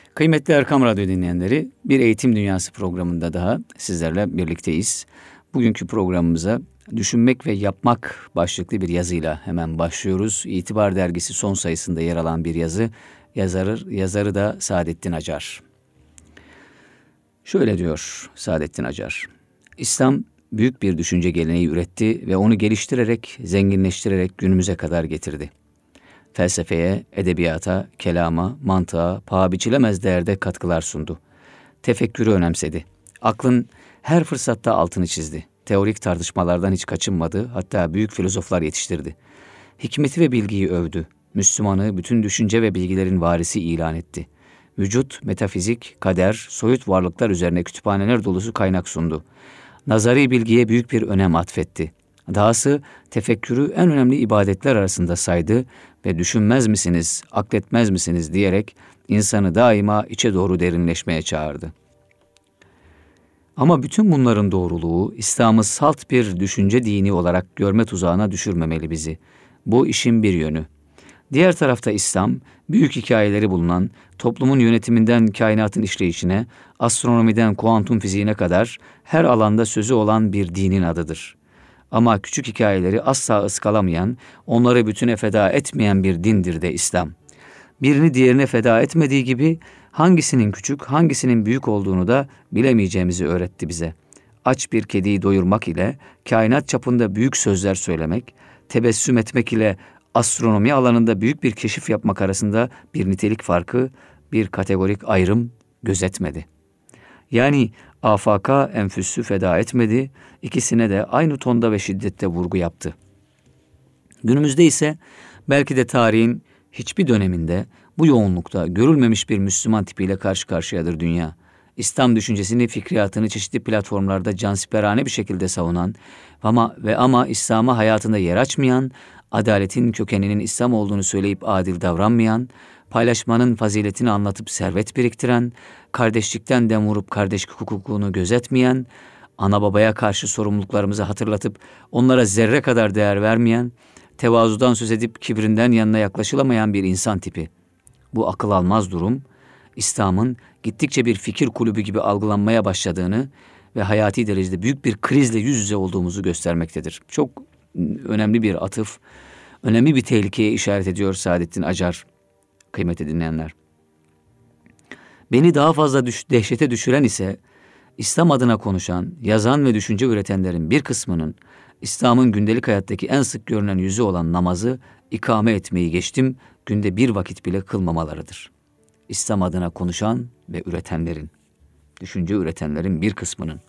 Kıymetli Erkam Radyo dinleyenleri, bir Eğitim Dünyası programında daha sizlerle birlikteyiz. Bugünkü programımıza Düşünmek ve Yapmak başlıklı bir yazıyla hemen başlıyoruz. İtibar Dergisi son sayısında yer alan bir yazı, yazarı da Saadettin Acar. Şöyle diyor Saadettin Acar: İslam büyük bir düşünce geleneği üretti ve onu geliştirerek, zenginleştirerek günümüze kadar getirdi. Felsefeye, edebiyata, kelama, mantığa paha biçilemez değerde katkılar sundu. Tefekkürü önemsedi. Aklın her fırsatta altını çizdi. Teorik tartışmalardan hiç kaçınmadı, hatta büyük filozoflar yetiştirdi. Hikmeti ve bilgiyi övdü. Müslümanı bütün düşünce ve bilgilerin varisi ilan etti. Vücut, metafizik, kader, soyut varlıklar üzerine kütüphaneler dolusu kaynak sundu. Nazari bilgiye büyük bir önem atfetti. Dahası tefekkürü en önemli ibadetler arasında saydı ve düşünmez misiniz, akletmez misiniz diyerek insanı daima içe doğru derinleşmeye çağırdı. Ama bütün bunların doğruluğu İslam'ı salt bir düşünce dini olarak görme tuzağına düşürmemeli bizi. Bu işin bir yönü. Diğer tarafta İslam, büyük hikayeleri bulunan, toplumun yönetiminden kainatın işleyişine, astronomiden kuantum fiziğine kadar her alanda sözü olan bir dinin adıdır. Ama küçük hikayeleri asla ıskalamayan, onları bütüne feda etmeyen bir dindir de İslam. Birini diğerine feda etmediği gibi hangisinin küçük, hangisinin büyük olduğunu da bilemeyeceğimizi öğretti bize. Aç bir kediyi doyurmak ile kainat çapında büyük sözler söylemek, tebessüm etmek ile astronomi alanında büyük bir keşif yapmak arasında bir nitelik farkı, bir kategorik ayrım gözetmedi. Yani afaka enfüsü feda etmedi, ikisine de aynı tonda ve şiddette vurgu yaptı. Günümüzde ise belki de tarihin hiçbir döneminde bu yoğunlukta görülmemiş bir Müslüman tipiyle karşı karşıyadır dünya. İslam düşüncesini, fikriyatını çeşitli platformlarda cansiperane bir şekilde savunan ama İslam'a hayatında yer açmayan, adaletin kökeninin İslam olduğunu söyleyip adil davranmayan, paylaşmanın faziletini anlatıp servet biriktiren, kardeşlikten dem vurup kardeşlik hukukunu gözetmeyen, ana babaya karşı sorumluluklarımızı hatırlatıp onlara zerre kadar değer vermeyen, tevazudan söz edip kibrinden yanına yaklaşılamayan bir insan tipi. Bu akıl almaz durum, İslam'ın gittikçe bir fikir kulübü gibi algılanmaya başladığını ve hayati derecede büyük bir krizle yüz yüze olduğumuzu göstermektedir. Çok önemli bir atıf, önemli bir tehlikeye işaret ediyor Saadettin Acar, kıymetli dinleyenler. Beni daha fazla dehşete düşüren ise İslam adına konuşan, yazan ve düşünce üretenlerin bir kısmının İslam'ın gündelik hayattaki en sık görünen yüzü olan namazı ikame etmeyi geçtim, günde bir vakit bile kılmamalarıdır. İslam adına konuşan ve üretenlerin, düşünce üretenlerin bir kısmının.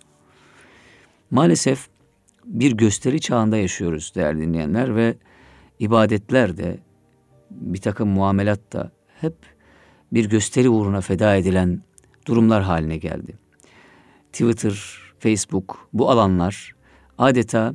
Maalesef bir gösteri çağında yaşıyoruz değerli dinleyenler ve ibadetler de, bir takım muamelat da hep bir gösteri uğruna feda edilen durumlar haline geldi. Twitter, Facebook, bu alanlar adeta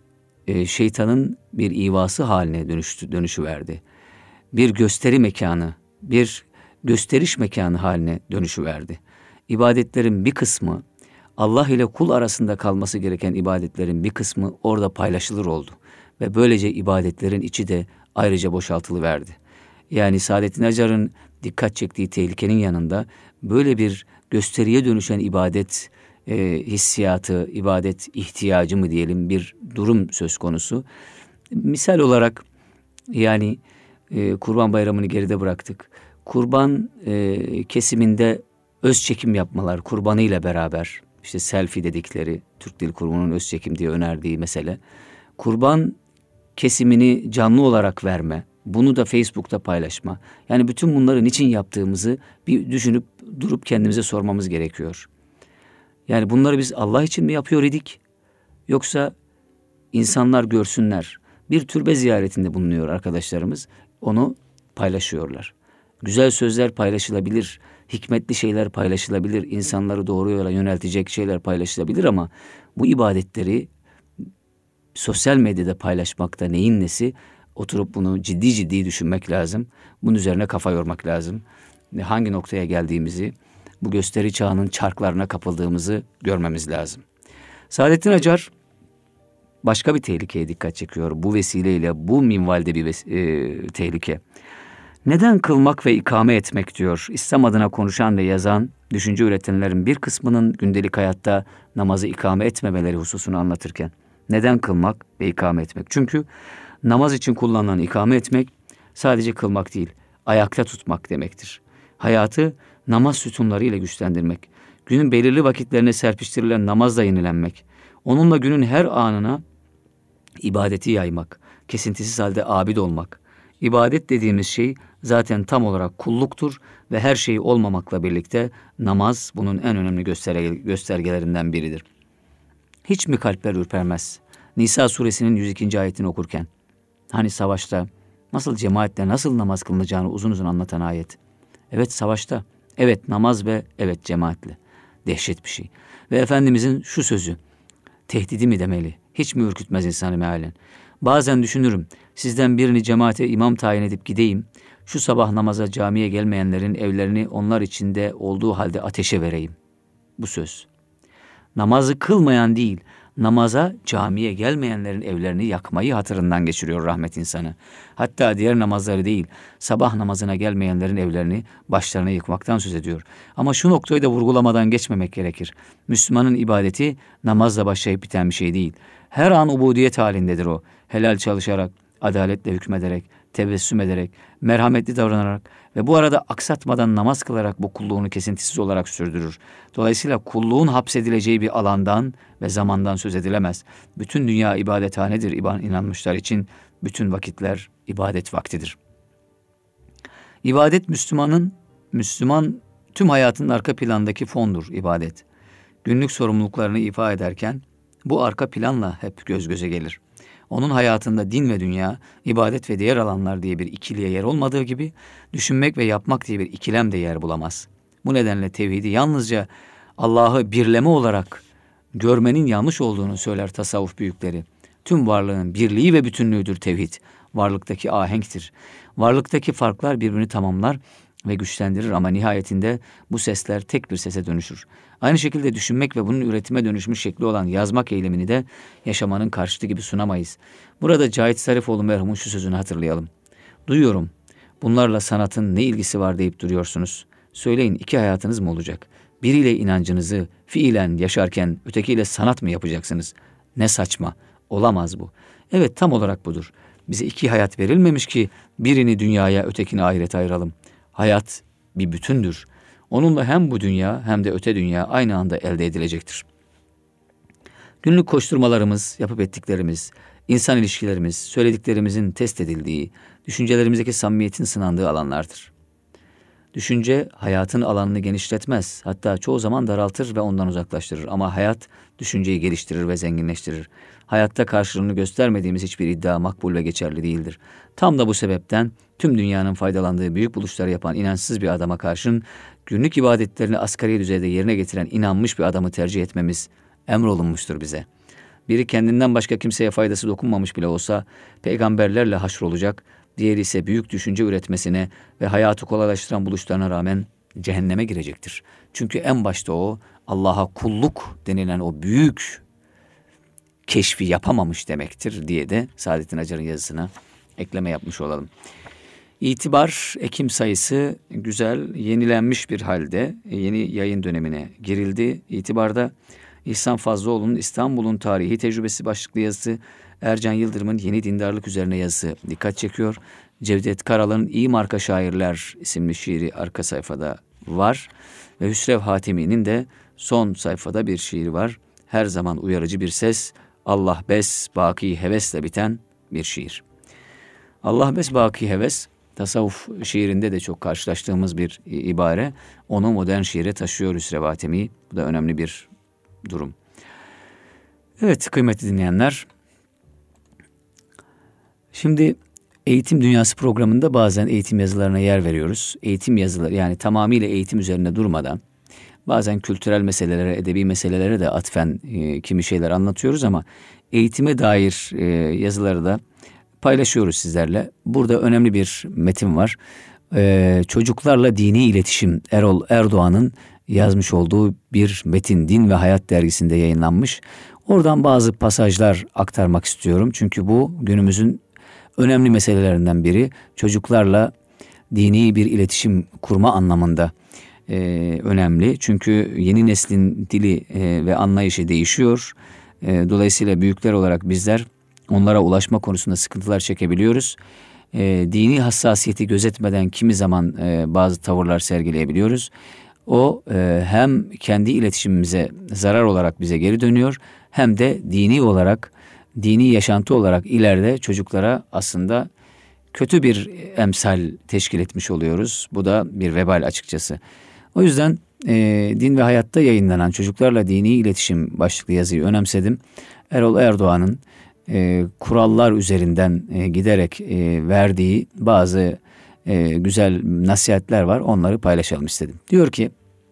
şeytanın bir ivası haline dönüşüverdi. Bir gösteri mekanı, bir gösteriş mekanı haline dönüşüverdi. İbadetlerin bir kısmı, Allah ile kul arasında kalması gereken ibadetlerin bir kısmı orada paylaşılır oldu. Ve böylece ibadetlerin içi de ayrıca boşaltılıverdi. Yani Saadettin Acar'ın dikkat çektiği tehlikenin yanında böyle bir gösteriye dönüşen ibadet hissiyatı, ibadet ihtiyacı mı diyelim bir durum söz konusu. Misal olarak yani Kurban Bayramı'nı geride bıraktık. Kurban kesiminde öz çekim yapmalar, kurbanıyla beraber, işte selfie dedikleri, Türk Dil Kurumu'nun öz çekim diye önerdiği mesele. Kurban kesimini canlı olarak verme, bunu da Facebook'ta paylaşma. Yani bütün bunları niçin yaptığımızı bir düşünüp durup kendimize sormamız gerekiyor. Yani bunları biz Allah için mi yapıyor idik? Yoksa insanlar görsünler. Bir türbe ziyaretinde bulunuyor arkadaşlarımız. Onu paylaşıyorlar. Güzel sözler paylaşılabilir. Hikmetli şeyler paylaşılabilir. İnsanları doğru yola yöneltecek şeyler paylaşılabilir ama bu ibadetleri sosyal medyada paylaşmakta neyin nesi? Oturup bunu ciddi ciddi düşünmek lazım. Bunun üzerine kafa yormak lazım. Hangi noktaya geldiğimizi, bu gösteri çağının çarklarına kapıldığımızı görmemiz lazım. Saadettin Acar başka bir tehlikeye dikkat çekiyor. Bu vesileyle bu minvalde bir tehlike. Neden kılmak ve ikame etmek diyor. İslam adına konuşan ve yazan, düşünce üretenlerin bir kısmının gündelik hayatta namazı ikame etmemeleri hususunu anlatırken. Neden kılmak ve ikame etmek? Çünkü namaz için kullanılan ikame etmek sadece kılmak değil, ayakta tutmak demektir. Hayatı namaz sütunları ile güçlendirmek, günün belirli vakitlerine serpiştirilen namazla yenilenmek, onunla günün her anına ibadeti yaymak, kesintisiz halde abid olmak. İbadet dediğimiz şey zaten tam olarak kulluktur ve her şeyi olmamakla birlikte namaz bunun en önemli göstergelerinden biridir. Hiç mi kalpler ürpermez? Nisa suresinin 102. ayetini okurken, hani savaşta nasıl cemaatle nasıl namaz kılınacağını uzun uzun anlatan ayet. Evet savaşta, evet namaz ve evet cemaatle. Dehşet bir şey. Ve Efendimizin şu sözü, tehdidi mi demeli, hiç mi ürkütmez insanı mealen. Bazen düşünürüm, sizden birini cemaate imam tayin edip gideyim, şu sabah namaza camiye gelmeyenlerin evlerini onlar içinde olduğu halde ateşe vereyim. Bu söz. Namazı kılmayan değil, namaza camiye gelmeyenlerin evlerini yakmayı hatırından geçiriyor rahmet insanı. Hatta diğer namazları değil, sabah namazına gelmeyenlerin evlerini başlarına yıkmaktan söz ediyor. Ama şu noktayı da vurgulamadan geçmemek gerekir. Müslümanın ibadeti namazla başlayıp biten bir şey değil. Her an ubudiyet halindedir o. Helal çalışarak, adaletle hükmederek, tebessüm ederek, merhametli davranarak ve bu arada aksatmadan namaz kılarak bu kulluğunu kesintisiz olarak sürdürür. Dolayısıyla kulluğun hapsedileceği bir alandan ve zamandan söz edilemez. Bütün dünya ibadethanedir inanmışlar için, bütün vakitler ibadet vaktidir. İbadet Müslüman tüm hayatının arka plandaki fondur ibadet. Günlük sorumluluklarını ifa ederken bu arka planla hep göz göze gelir. Onun hayatında din ve dünya, ibadet ve diğer alanlar diye bir ikiliye yer olmadığı gibi, düşünmek ve yapmak diye bir ikilem de yer bulamaz. Bu nedenle tevhidi yalnızca Allah'ı birleme olarak görmenin yanlış olduğunu söyler tasavvuf büyükleri. Tüm varlığın birliği ve bütünlüğüdür tevhid. Varlıktaki ahenktir. Varlıktaki farklar birbirini tamamlar ve güçlendirir ama nihayetinde bu sesler tek bir sese dönüşür. Aynı şekilde düşünmek ve bunun üretime dönüşmüş şekli olan yazmak eylemini de yaşamanın karşıtı gibi sunamayız. Burada Cahit Zarifoğlu merhumun şu sözünü hatırlayalım. Duyuyorum, bunlarla sanatın ne ilgisi var deyip duruyorsunuz. Söyleyin, iki hayatınız mı olacak? Biriyle inancınızı fiilen yaşarken ötekiyle sanat mı yapacaksınız? Ne saçma, olamaz bu. Evet, tam olarak budur. Bize iki hayat verilmemiş ki birini dünyaya ötekini ahirete ayıralım. Hayat bir bütündür. Onunla hem bu dünya hem de öte dünya aynı anda elde edilecektir. Günlük koşturmalarımız, yapıp ettiklerimiz, insan ilişkilerimiz, söylediklerimizin test edildiği, düşüncelerimizdeki samimiyetin sınandığı alanlardır. Düşünce hayatın alanını genişletmez, hatta çoğu zaman daraltır ve ondan uzaklaştırır. Ama hayat düşünceyi geliştirir ve zenginleştirir. Hayatta karşılığını göstermediğimiz hiçbir iddia makbul ve geçerli değildir. Tam da bu sebepten tüm dünyanın faydalandığı büyük buluşları yapan inançsız bir adama karşın günlük ibadetlerini asgari düzeyde yerine getiren inanmış bir adamı tercih etmemiz emrolunmuştur bize. Biri kendinden başka kimseye faydası dokunmamış bile olsa peygamberlerle haşrolacak, diğeri ise büyük düşünce üretmesine ve hayatı kolaylaştıran buluşlarına rağmen cehenneme girecektir. Çünkü en başta o Allah'a kulluk denilen o büyük keşfi yapamamış demektir diye de Saadettin Acar'ın yazısına ekleme yapmış olalım. İtibar Ekim sayısı güzel, yenilenmiş bir halde yeni yayın dönemine girildi. İtibarda İhsan Fazlıoğlu'nun İstanbul'un Tarihi Tecrübesi başlıklı yazısı, Ercan Yıldırım'ın Yeni Dindarlık üzerine yazısı dikkat çekiyor. Cevdet Karalan'ın İyi Marka Şairler isimli şiiri arka sayfada var. Ve Hüsrev Hatemi'nin de son sayfada bir şiiri var. Her zaman uyarıcı bir ses, Allah bes, baki hevesle biten bir şiir. Allah bes, baki heves, tasavvuf şiirinde de çok karşılaştığımız bir ibare. Onu modern şiire taşıyor Hüsrev Hatemi. Bu da önemli bir durum. Evet kıymetli dinleyenler, şimdi Eğitim Dünyası programında bazen eğitim yazılarına yer veriyoruz. Eğitim yazıları, yani tamamıyla eğitim üzerine durmadan bazen kültürel meselelere, edebi meselelere de atfen kimi şeyler anlatıyoruz ama eğitime dair yazıları da paylaşıyoruz sizlerle. Burada önemli bir metin var. Çocuklarla dini iletişim, Erol Erdoğan'ın yazmış olduğu bir metin, Din ve Hayat dergisinde yayınlanmış. Oradan bazı pasajlar aktarmak istiyorum. Çünkü bu günümüzün önemli meselelerinden biri. Çocuklarla dini bir iletişim kurma anlamında önemli. Çünkü yeni neslin dili ve anlayışı değişiyor. Dolayısıyla büyükler olarak bizler onlara ulaşma konusunda sıkıntılar çekebiliyoruz. Dini hassasiyeti gözetmeden kimi zaman bazı tavırlar sergileyebiliyoruz. O hem kendi iletişimimize zarar olarak bize geri dönüyor, hem de dini olarak, dini yaşantı olarak ileride çocuklara aslında kötü bir emsal teşkil etmiş oluyoruz. Bu da bir vebal açıkçası. O yüzden Din ve Hayat'ta yayınlanan Çocuklarla Dini İletişim başlıklı yazıyı önemsedim. Erol Erdoğan'ın kurallar üzerinden giderek verdiği bazı güzel nasihatler var. Onları paylaşalım istedim. Diyor ki,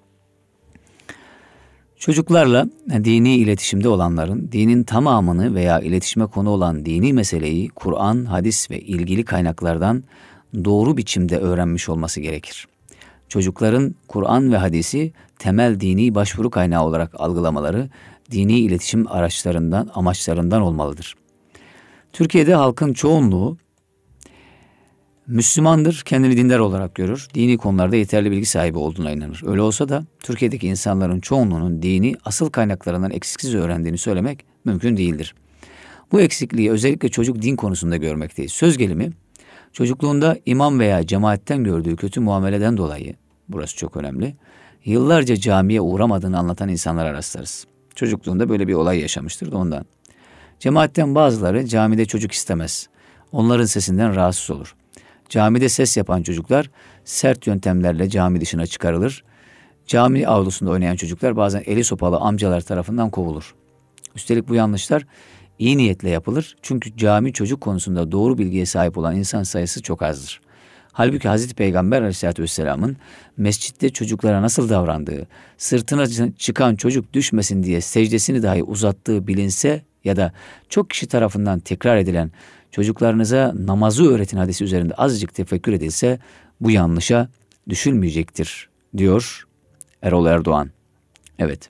çocuklarla dini iletişimde olanların dinin tamamını veya iletişime konu olan dini meseleyi Kur'an, hadis ve ilgili kaynaklardan doğru biçimde öğrenmiş olması gerekir. Çocukların Kur'an ve hadisi temel dini başvuru kaynağı olarak algılamaları dini iletişim amaçlarından olmalıdır. Türkiye'de halkın çoğunluğu Müslümandır, kendini dindar olarak görür, dini konularda yeterli bilgi sahibi olduğuna inanır. Öyle olsa da Türkiye'deki insanların çoğunluğunun dini asıl kaynaklarından eksiksiz öğrendiğini söylemek mümkün değildir. Bu eksikliği özellikle çocuk din konusunda görmekteyiz. Söz gelimi, çocukluğunda imam veya cemaatten gördüğü kötü muameleden dolayı, burası çok önemli, yıllarca camiye uğramadığını anlatan insanlara rastlarız. Çocukluğunda böyle bir olay yaşamıştır da ondan. Cemaatten bazıları camide çocuk istemez. Onların sesinden rahatsız olur. Camide ses yapan çocuklar sert yöntemlerle cami dışına çıkarılır. Cami avlusunda oynayan çocuklar bazen eli sopalı amcalar tarafından kovulur. Üstelik bu yanlışlar iyi niyetle yapılır. Çünkü cami çocuk konusunda doğru bilgiye sahip olan insan sayısı çok azdır. Halbuki Hazreti Peygamber Aleyhisselatü Vesselam'ın mescitte çocuklara nasıl davrandığı, sırtına çıkan çocuk düşmesin diye secdesini dahi uzattığı bilinse ya da çok kişi tarafından tekrar edilen çocuklarınıza namazı öğretin hadisi üzerinde azıcık tefekkür edilse bu yanlışa düşülmeyecektir diyor Erol Erdoğan. Evet.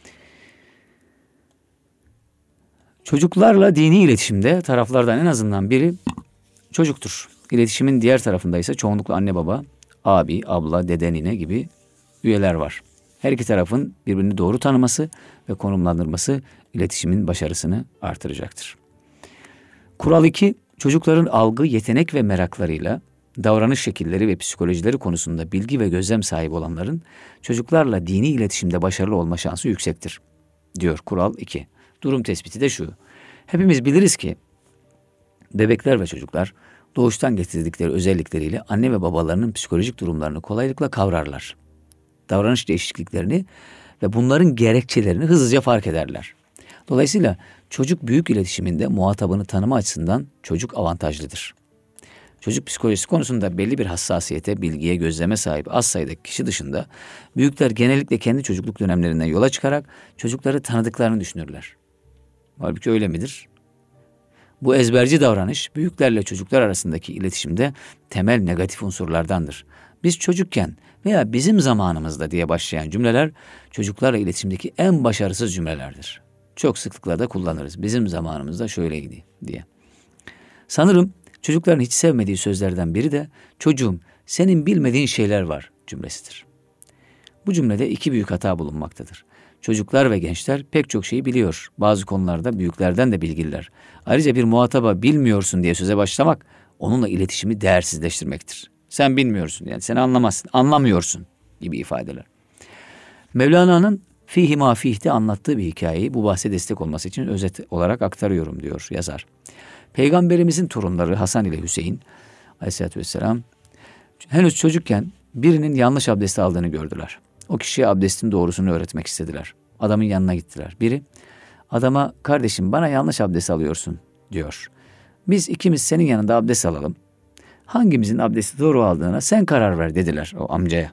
Çocuklarla dini iletişimde taraflardan en azından biri çocuktur. İletişimin diğer tarafında ise çoğunlukla anne baba, abi, abla, dede, nine gibi üyeler var. Her iki tarafın birbirini doğru tanıması ve konumlandırması iletişimin başarısını artıracaktır. Kural 2, çocukların algı, yetenek ve meraklarıyla davranış şekilleri ve psikolojileri konusunda bilgi ve gözlem sahibi olanların çocuklarla dini iletişimde başarılı olma şansı yüksektir, diyor kural 2. Durum tespiti de şu: hepimiz biliriz ki bebekler ve çocuklar doğuştan getirdikleri özellikleriyle anne ve babalarının psikolojik durumlarını kolaylıkla kavrarlar. Davranış değişikliklerini ve bunların gerekçelerini hızlıca fark ederler. Dolayısıyla çocuk büyük iletişiminde muhatabını tanıma açısından çocuk avantajlıdır. Çocuk psikolojisi konusunda belli bir hassasiyete, bilgiye, gözleme sahip az sayıdaki kişi dışında büyükler genellikle kendi çocukluk dönemlerinden yola çıkarak çocukları tanıdıklarını düşünürler. Halbuki öyle midir? Bu ezberci davranış büyüklerle çocuklar arasındaki iletişimde temel negatif unsurlardandır. Biz çocukken veya bizim zamanımızda diye başlayan cümleler çocuklarla iletişimdeki en başarısız cümlelerdir. Çok sıklıkla da kullanırız. Bizim zamanımızda şöyleydi diye. Sanırım çocukların hiç sevmediği sözlerden biri de çocuğum senin bilmediğin şeyler var cümlesidir. Bu cümlede iki büyük hata bulunmaktadır. Çocuklar ve gençler pek çok şeyi biliyor. Bazı konularda büyüklerden de bilgililer. Ayrıca bir muhataba bilmiyorsun diye söze başlamak onunla iletişimi değersizleştirmektir. Sen bilmiyorsun, yani sen anlamazsın, anlamıyorsun gibi ifadeler. Mevlana'nın Fihi ma fih'te anlattığı bir hikayeyi bu bahse destek olması için özet olarak aktarıyorum diyor yazar. Peygamberimizin torunları Hasan ile Hüseyin Aleyhisselatü Vesselam henüz çocukken birinin yanlış abdest aldığını gördüler. O kişiye abdestin doğrusunu öğretmek istediler. Adamın yanına gittiler. Biri adama kardeşim bana yanlış abdest alıyorsun diyor. Biz ikimiz senin yanında abdest alalım. Hangimizin abdesti doğru aldığına sen karar ver dediler o amcaya.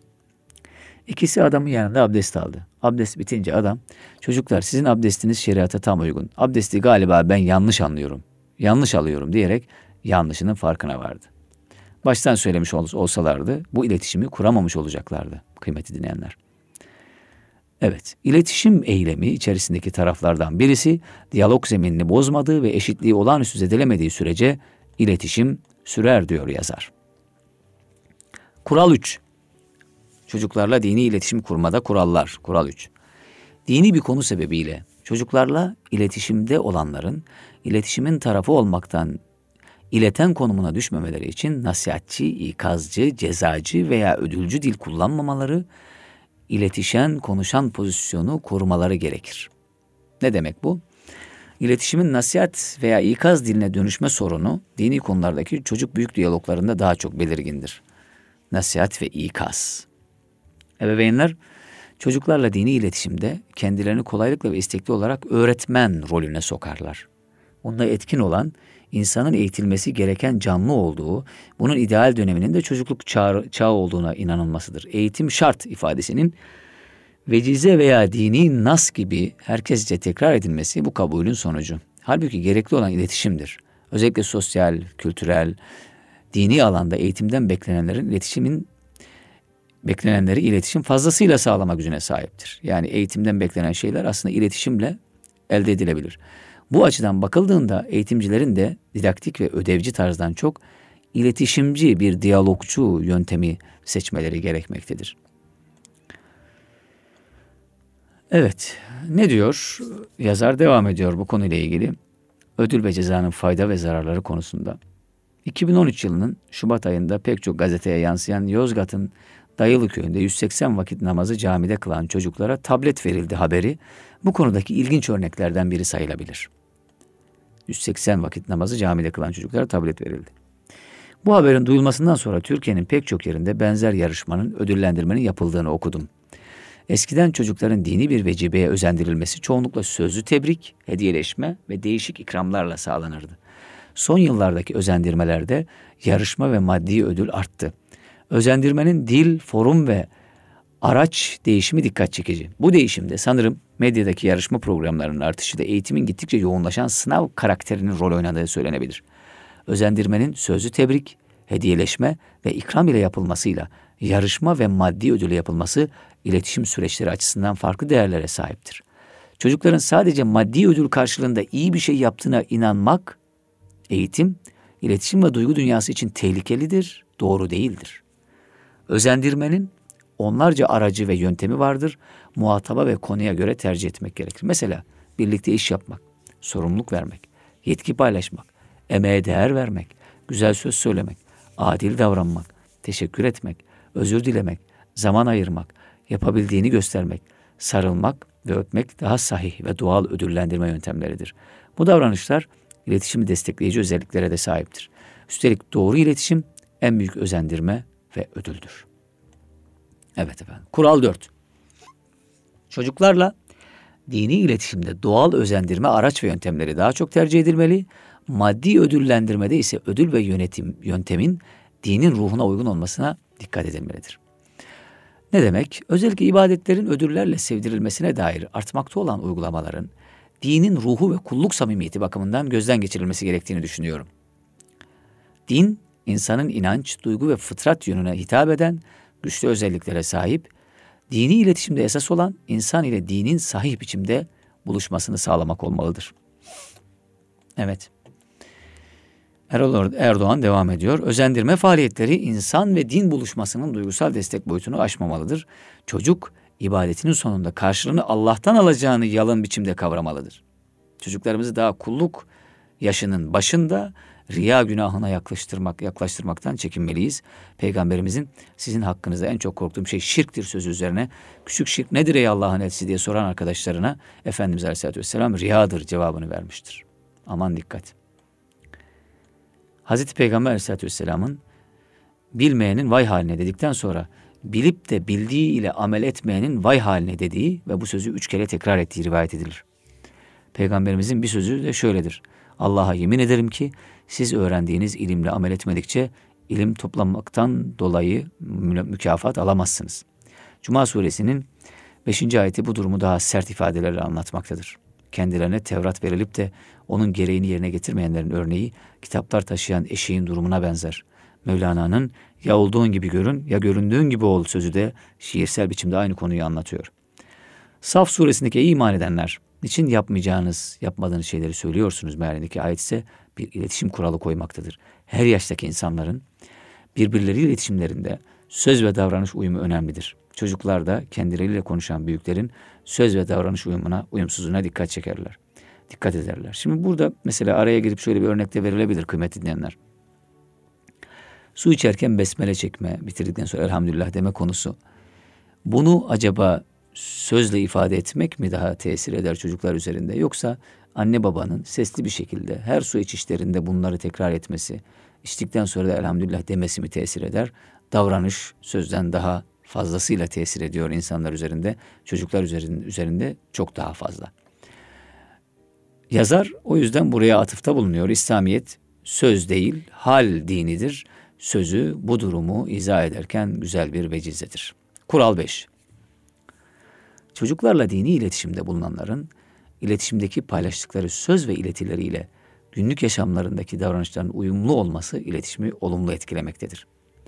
İkisi adamın yanında abdest aldı. Abdest bitince adam çocuklar sizin abdestiniz şeriata tam uygun. Abdesti galiba ben yanlış anlıyorum. Yanlış alıyorum diyerek yanlışının farkına vardı. Baştan söylemiş olsalardı bu iletişimi kuramamış olacaklardı kıymetli dinleyenler. Evet, iletişim eylemi içerisindeki taraflardan birisi diyalog zeminini bozmadığı ve eşitliği olağanüstü zedelemediği sürece iletişim sürer diyor yazar. Kural 3. Çocuklarla dini iletişim kurmada kurallar. Kural 3. Dini bir konu sebebiyle çocuklarla iletişimde olanların iletişimin tarafı olmaktan ileten konumuna düşmemeleri için nasihatçi, ikazcı, cezacı veya ödülcü dil kullanmamaları, iletişen, konuşan pozisyonu korumaları gerekir. Ne demek bu? İletişimin nasihat veya ikaz diline dönüşme sorunu dini konulardaki çocuk büyük diyaloglarında daha çok belirgindir. Nasihat ve ikaz. Ebeveynler çocuklarla dini iletişimde kendilerini kolaylıkla ve istekli olarak öğretmen rolüne sokarlar. Bunda etkin olan insanın eğitilmesi gereken canlı olduğu, bunun ideal döneminin de çocukluk çağı olduğuna inanılmasıdır. Eğitim şart ifadesinin vecize veya dini nas gibi herkesce tekrar edilmesi bu kabulün sonucu. Halbuki gerekli olan iletişimdir. Özellikle sosyal, kültürel, dini alanda eğitimden beklenenleri iletişim fazlasıyla sağlama gücüne sahiptir. Yani eğitimden beklenen şeyler aslında iletişimle elde edilebilir. Bu açıdan bakıldığında eğitimcilerin de didaktik ve ödevci tarzdan çok iletişimci bir diyalogçu yöntemi seçmeleri gerekmektedir. Evet, ne diyor? Yazar devam ediyor bu konuyla ilgili. Ödül ve cezanın fayda ve zararları konusunda. 2013 yılının Şubat ayında pek çok gazeteye yansıyan Yozgat'ın Dayılı köyünde 180 vakit namazı camide kılan çocuklara tablet verildi haberi bu konudaki ilginç örneklerden biri sayılabilir. 180 vakit namazı camide kılan çocuklara tablet verildi. Bu haberin duyulmasından sonra Türkiye'nin pek çok yerinde benzer yarışmanın, ödüllendirmenin yapıldığını okudum. Eskiden çocukların dini bir vecibeye özendirilmesi çoğunlukla sözlü tebrik, hediyeleşme ve değişik ikramlarla sağlanırdı. Son yıllardaki özendirmelerde yarışma ve maddi ödül arttı. Özendirmenin dil, forum ve araç değişimi dikkat çekici. Bu değişimde sanırım medyadaki yarışma programlarının artışı da eğitimin gittikçe yoğunlaşan sınav karakterinin rol oynadığı söylenebilir. Özendirmenin sözlü tebrik, hediyeleşme ve ikram ile yapılmasıyla yarışma ve maddi ödüle yapılması iletişim süreçleri açısından farklı değerlere sahiptir. Çocukların sadece maddi ödül karşılığında iyi bir şey yaptığına inanmak, eğitim, iletişim ve duygu dünyası için tehlikelidir, doğru değildir. Özendirmenin onlarca aracı ve yöntemi vardır. Muhataba ve konuya göre tercih etmek gerekir. Mesela birlikte iş yapmak, sorumluluk vermek, yetki paylaşmak, emeğe değer vermek, güzel söz söylemek, adil davranmak, teşekkür etmek, özür dilemek, zaman ayırmak, yapabildiğini göstermek, sarılmak ve öpmek daha sahih ve doğal ödüllendirme yöntemleridir. Bu davranışlar iletişimi destekleyici özelliklere de sahiptir. Üstelik doğru iletişim en büyük özendirme ve ödüldür. Evet efendim. Kural 4. Çocuklarla dini iletişimde doğal özendirme araç ve yöntemleri daha çok tercih edilmeli. Maddi ödüllendirmede ise ödül ve yöntemin dinin ruhuna uygun olmasına dikkat edilmelidir. Ne demek? Özellikle ibadetlerin ödüllerle sevdirilmesine dair artmakta olan uygulamaların dinin ruhu ve kulluk samimiyeti bakımından gözden geçirilmesi gerektiğini düşünüyorum. Din, insanın inanç, duygu ve fıtrat yönüne hitap eden güçlü özelliklere sahip, dini iletişimde esas olan insan ile dinin sahih biçimde buluşmasını sağlamak olmalıdır. Evet. Erol Erdoğan devam ediyor. Özendirme faaliyetleri insan ve din buluşmasının duygusal destek boyutunu aşmamalıdır. Çocuk ibadetinin sonunda karşılığını Allah'tan alacağını yalın biçimde kavramalıdır. Çocuklarımızı daha kulluk yaşının başında riya günahına yaklaştırmaktan çekinmeliyiz. Peygamberimizin sizin hakkınızda en çok korktuğum şey şirktir sözü üzerine küçük şirk nedir ey Allah'ın elçisi diye soran arkadaşlarına Efendimiz Aleyhisselatü Vesselam riyadır cevabını vermiştir. Aman dikkat. Hazreti Peygamber Aleyhisselatü Vesselam'ın bilmeyenin vay haline dedikten sonra bilip de bildiği ile amel etmeyenin vay haline dediği ve bu sözü 3 kere tekrar ettiği rivayet edilir. Peygamberimizin bir sözü de şöyledir. Allah'a yemin ederim ki siz öğrendiğiniz ilimle amel etmedikçe ilim toplamaktan dolayı mükafat alamazsınız. Cuma suresinin 5. ayeti bu durumu daha sert ifadelerle anlatmaktadır. Kendilerine Tevrat verilip de onun gereğini yerine getirmeyenlerin örneği kitaplar taşıyan eşeğin durumuna benzer. Mevlana'nın ya olduğun gibi görün ya göründüğün gibi ol sözü de şiirsel biçimde aynı konuyu anlatıyor. Saf suresindeki ey iman edenler niçin yapmadığınız şeyleri söylüyorsunuz mealindeki ayet ise bir iletişim kuralı koymaktadır. Her yaştaki insanların birbirleriyle iletişimlerinde söz ve davranış uyumu önemlidir. Çocuklar da kendileriyle konuşan büyüklerin söz ve davranış uyumsuzluğuna dikkat ederler. Şimdi burada mesela araya girip şöyle bir örnek de verilebilir kıymetli dinleyenler. Su içerken besmele çekme, bitirdikten sonra elhamdülillah deme konusu. Bunu acaba sözle ifade etmek mi daha tesir eder çocuklar üzerinde? Yoksa anne babanın sesli bir şekilde her su içişlerinde bunları tekrar etmesi, içtikten sonra da elhamdülillah demesi mi tesir eder? Davranış sözden daha fazlasıyla tesir ediyor insanlar üzerinde, çocuklar üzerinde çok daha fazla. Yazar o yüzden buraya atıfta bulunuyor. İslamiyet söz değil, hal dinidir. Sözü bu durumu izah ederken güzel bir vecizedir. Kural 5. Çocuklarla dini iletişimde bulunanların iletişimdeki paylaştıkları söz ve iletileriyle günlük yaşamlarındaki davranışların uyumlu olması iletişimi olumlu etkilemektedir.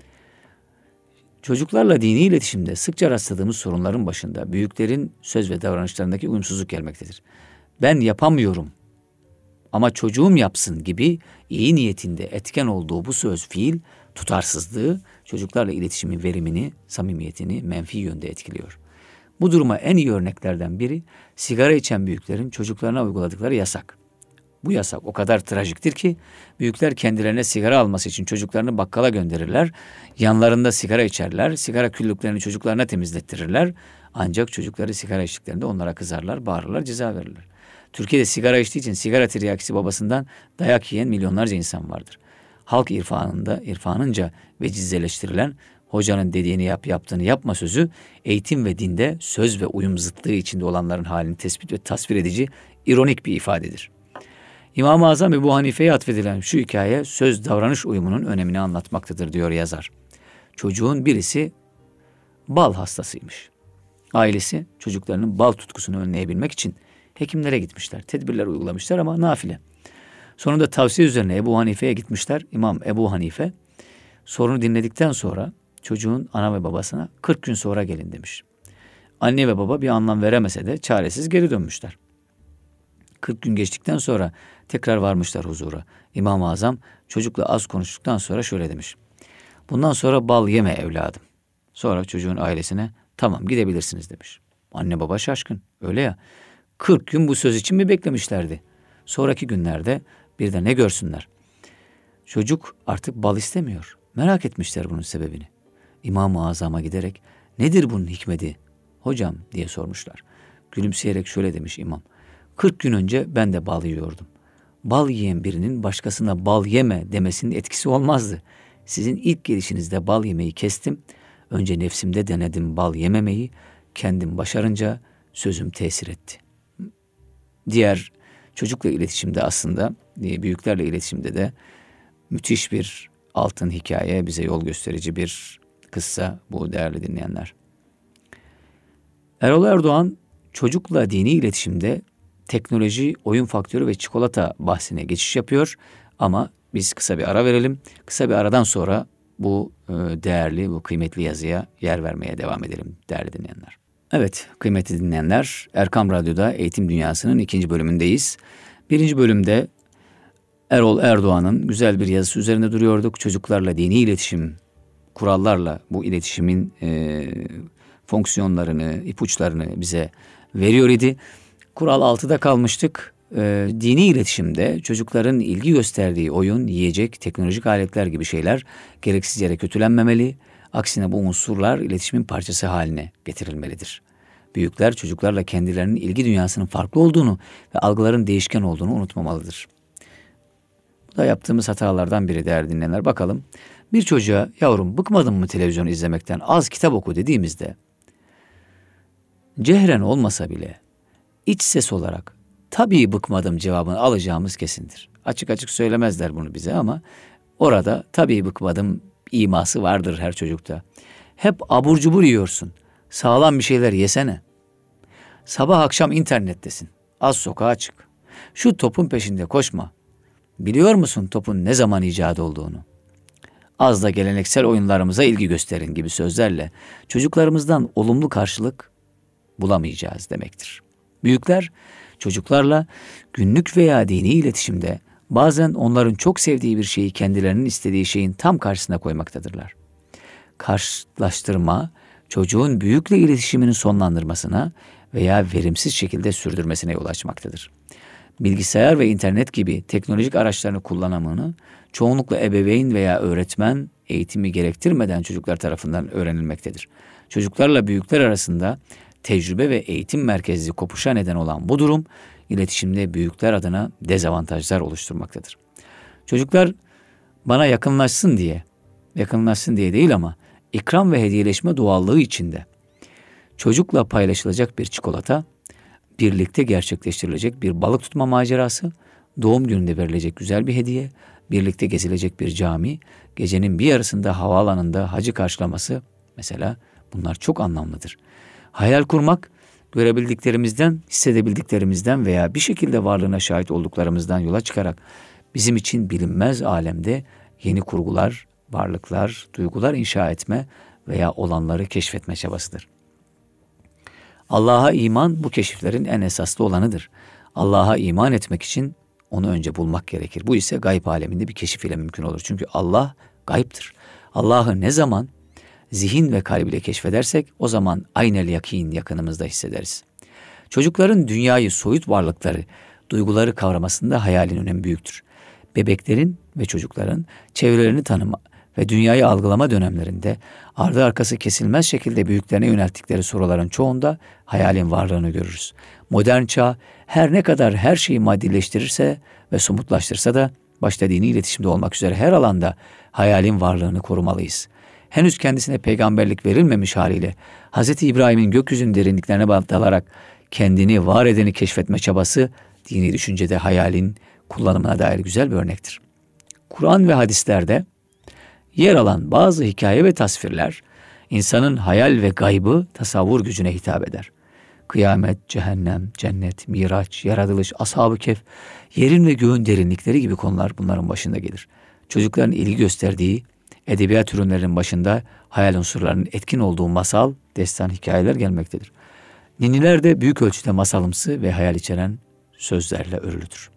Çocuklarla dini iletişimde sıkça rastladığımız sorunların başında büyüklerin söz ve davranışlarındaki uyumsuzluk gelmektedir. Ben yapamıyorum ama çocuğum yapsın gibi iyi niyetinde etken olduğu bu söz fiil tutarsızlığı çocuklarla iletişimin verimini, samimiyetini menfi yönde etkiliyor. Bu duruma en iyi örneklerden biri sigara içen büyüklerin çocuklarına uyguladıkları yasak. Bu yasak o kadar trajiktir ki büyükler kendilerine sigara alması için çocuklarını bakkala gönderirler. Yanlarında sigara içerler. Sigara küllüklerini çocuklarına temizlettirirler. Ancak çocukları sigara içtiklerinde onlara kızarlar, bağırırlar, ceza verirler. Türkiye'de sigara içtiği için sigara tiryakisi babasından dayak yiyen milyonlarca insan vardır. Halk irfanınca vecizeleştirilen hocanın dediğini yap, yaptığını yapma sözü eğitim ve dinde söz ve uyum zıtlığı içinde olanların halini tespit ve tasvir edici ironik bir ifadedir. İmam-ı Azam Ebu Hanife'ye atfedilen şu hikaye söz davranış uyumunun önemini anlatmaktadır diyor yazar. Çocuğun birisi bal hastasıymış. Ailesi çocuklarının bal tutkusunu önleyebilmek için hekimlere gitmişler. Tedbirler uygulamışlar ama nafile. Sonunda tavsiye üzerine Ebu Hanife'ye gitmişler. İmam Ebu Hanife sorunu dinledikten sonra çocuğun ana ve babasına 40 gün sonra gelin demiş. Anne ve baba bir anlam veremese de çaresiz geri dönmüşler. 40 gün geçtikten sonra tekrar varmışlar huzura. İmam-ı Azam çocukla az konuştuktan sonra şöyle demiş. Bundan sonra bal yeme evladım. Sonra çocuğun ailesine tamam gidebilirsiniz demiş. Anne baba şaşkın. Öyle ya 40 gün bu söz için mi beklemişlerdi? Sonraki günlerde bir de ne görsünler? Çocuk artık bal istemiyor. Merak etmişler bunun sebebini. İmam-ı Azam'a giderek nedir bunun hikmeti hocam diye sormuşlar. Gülümseyerek şöyle demiş imam. 40 gün önce ben de bal yiyordum. Bal yiyen birinin başkasına bal yeme demesinin etkisi olmazdı. Sizin ilk gelişinizde bal yemeyi kestim. Önce nefsimde denedim bal yememeyi. Kendim başarınca sözüm tesir etti. Diğer çocukla iletişimde aslında büyüklerle iletişimde de müthiş bir altın hikaye, bize yol gösterici bir kıssa bu değerli dinleyenler. Erol Erdoğan çocukla dini iletişimde teknoloji, oyun faktörü ve çikolata bahsine geçiş yapıyor. Ama biz kısa bir ara verelim. Kısa bir aradan sonra bu değerli, bu kıymetli yazıya yer vermeye devam edelim değerli dinleyenler. Evet kıymetli dinleyenler, Erkam Radyo'da Eğitim Dünyası'nın 2. bölümündeyiz. 1. bölümde Erol Erdoğan'ın güzel bir yazısı üzerinde duruyorduk. Çocuklarla dini iletişim, kurallarla bu iletişimin fonksiyonlarını, ipuçlarını bize veriyor idi. Kural 6'da kalmıştık. Dini iletişimde çocukların ilgi gösterdiği oyun, yiyecek, teknolojik aletler gibi şeyler gereksiz yere kötülenmemeli. Aksine bu unsurlar iletişimin parçası haline getirilmelidir. Büyükler çocuklarla kendilerinin ilgi dünyasının farklı olduğunu ve algıların değişken olduğunu unutmamalıdır. Bu da yaptığımız hatalardan biri değerli dinleyenler. Bakalım bir çocuğa yavrum bıkmadın mı televizyon izlemekten az kitap oku dediğimizde cehren olmasa bile iç ses olarak tabii bıkmadım cevabını alacağımız kesindir. Açık açık söylemezler bunu bize ama orada tabii bıkmadım iması vardır her çocukta. Hep abur cubur yiyorsun. Sağlam bir şeyler yesene. Sabah akşam internettesin. Az sokağa çık. Şu topun peşinde koşma. Biliyor musun topun ne zaman icat olduğunu? Az da geleneksel oyunlarımıza ilgi gösterin gibi sözlerle çocuklarımızdan olumlu karşılık bulamayacağız demektir. Büyükler çocuklarla günlük veya dini iletişimde bazen onların çok sevdiği bir şeyi kendilerinin istediği şeyin tam karşısına koymaktadırlar. karşılaştırma çocuğun büyükle iletişimini sonlandırmasına veya verimsiz şekilde sürdürmesine yol açmaktadır. Bilgisayar ve internet gibi teknolojik araçlarını kullanımını çoğunlukla ebeveyn veya öğretmen eğitimi gerektirmeden çocuklar tarafından öğrenilmektedir. Çocuklarla büyükler arasında tecrübe ve eğitim merkezli kopuşa neden olan bu durum, iletişimde büyükler adına dezavantajlar oluşturmaktadır. Çocuklar bana yakınlaşsın diye değil ama ikram ve hediyeleşme doğallığı içinde çocukla paylaşılacak bir çikolata, birlikte gerçekleştirilecek bir balık tutma macerası, doğum gününde verilecek güzel bir hediye, birlikte gezilecek bir cami, gecenin bir yarısında havaalanında hacı karşılaması mesela, bunlar çok anlamlıdır. Hayal kurmak, görebildiklerimizden, hissedebildiklerimizden veya bir şekilde varlığına şahit olduklarımızdan yola çıkarak bizim için bilinmez alemde yeni kurgular, varlıklar, duygular inşa etme veya olanları keşfetme çabasıdır. Allah'a iman bu keşiflerin en esaslı olanıdır. Allah'a iman etmek için onu önce bulmak gerekir. Bu ise gayb aleminde bir keşif ile mümkün olur. Çünkü Allah gayiptir. Allah'ı ne zaman zihin ve kalb ile keşfedersek o zaman aynel yakin yakınımızda hissederiz. Çocukların dünyayı soyut varlıkları, duyguları kavramasında hayalin önemi büyüktür. Bebeklerin ve çocukların çevrelerini tanıma ve dünyayı algılama dönemlerinde ardı arkası kesilmez şekilde büyüklerine yönelttikleri soruların çoğunda hayalin varlığını görürüz. Modern çağ her ne kadar her şeyi maddileştirirse ve somutlaştırsa da başta dini iletişimde olmak üzere her alanda hayalin varlığını korumalıyız. Henüz kendisine peygamberlik verilmemiş haliyle Hz. İbrahim'in gökyüzünün derinliklerine dalarak kendini var edeni keşfetme çabası dini düşüncede hayalin kullanımına dair güzel bir örnektir. Kur'an ve hadislerde yer alan bazı hikaye ve tasvirler insanın hayal ve gaybı tasavvur gücüne hitap eder. Kıyamet, cehennem, cennet, miraç, yaratılış, ashab-ı kehf, yerin ve göğün derinlikleri gibi konular bunların başında gelir. Çocukların ilgi gösterdiği edebiyat ürünlerinin başında hayal unsurlarının etkin olduğu masal, destan, hikayeler gelmektedir. Ninniler de büyük ölçüde masalımsı ve hayal içeren sözlerle örülüdür.